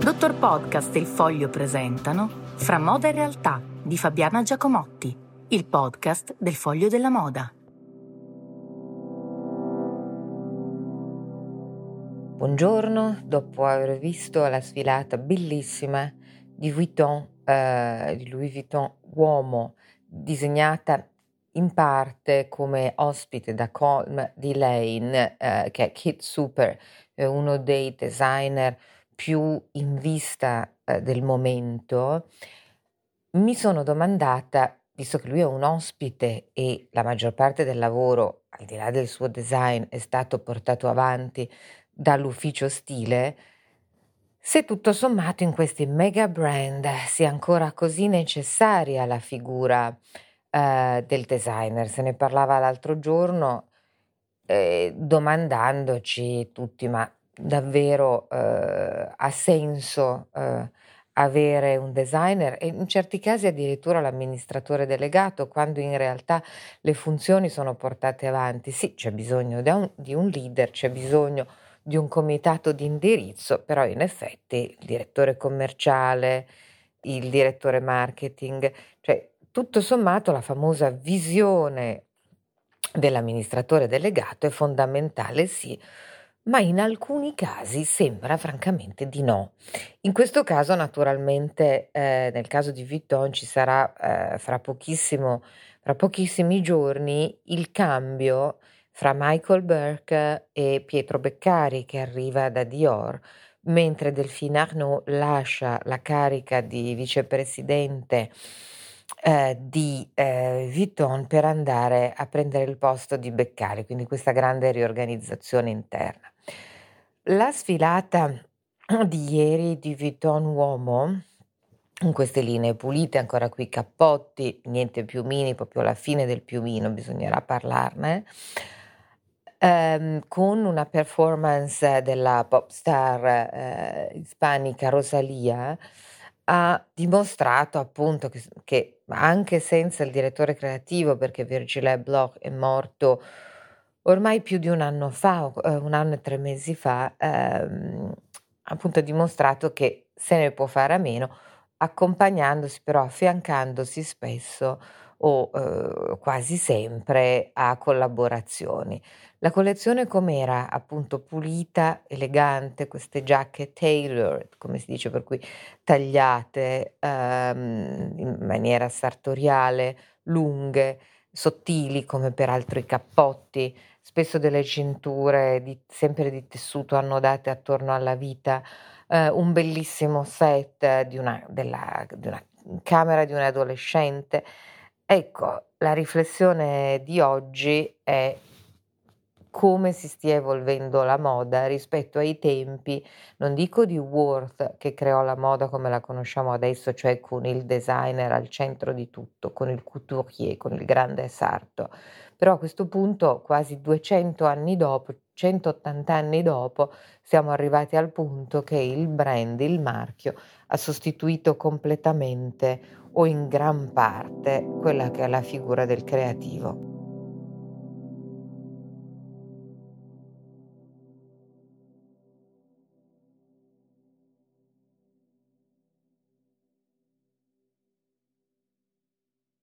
Dottor Podcast e Il Foglio presentano Fra moda e realtà di Fabiana Giacomotti, il podcast del Foglio della Moda. Buongiorno, dopo aver visto la sfilata bellissima di di Louis Vuitton uomo, disegnata in parte come ospite da Colm Delane, che è Kit Super, è uno dei designer più in vista del momento, mi sono domandata, visto che lui è un ospite e la maggior parte del lavoro, al di là del suo design, è stato portato avanti dall'ufficio stile, se tutto sommato in questi mega brand sia ancora così necessaria la figura del designer. Se ne parlava l'altro giorno, domandandoci tutti: ma davvero ha senso avere un designer e in certi casi addirittura l'amministratore delegato, quando in realtà le funzioni sono portate avanti? Sì, c'è bisogno di un leader, c'è bisogno di un comitato di indirizzo, però in effetti il direttore commerciale, il direttore marketing, cioè tutto sommato la famosa visione dell'amministratore delegato è fondamentale, sì, ma in alcuni casi sembra francamente di no. In questo caso naturalmente, nel caso di Vuitton ci sarà fra pochissimi giorni il cambio fra Michael Burke e Pietro Beccari, che arriva da Dior, mentre Delphine Arnault lascia la carica di vicepresidente di Vuitton per andare a prendere il posto di Beccari, quindi questa grande riorganizzazione interna. La sfilata di ieri di Vuitton uomo, in queste linee pulite, ancora qui cappotti, niente piumini, proprio la fine del piumino, bisognerà parlarne, con una performance della pop star ispanica Rosalía, ha dimostrato appunto che anche senza il direttore creativo, perché Virgil Abloh è morto ormai più di un anno fa, 1 anno e 3 mesi fa, appunto ha dimostrato che se ne può fare a meno, accompagnandosi però, affiancandosi spesso o quasi sempre a collaborazioni. La collezione com'era? Appunto pulita, elegante, queste giacche tailored, come si dice, per cui tagliate in maniera sartoriale, lunghe, sottili come peraltro i cappotti, spesso delle cinture sempre di tessuto annodate attorno alla vita, un bellissimo set di una camera di un adolescente. Ecco, la riflessione di oggi è come si stia evolvendo la moda rispetto ai tempi, non dico di Worth che creò la moda come la conosciamo adesso, cioè con il designer al centro di tutto, con il couturier, con il grande sarto, però a questo punto quasi 200 anni dopo, 180 anni dopo, siamo arrivati al punto che il brand, il marchio, ha sostituito completamente o in gran parte quella che è la figura del creativo.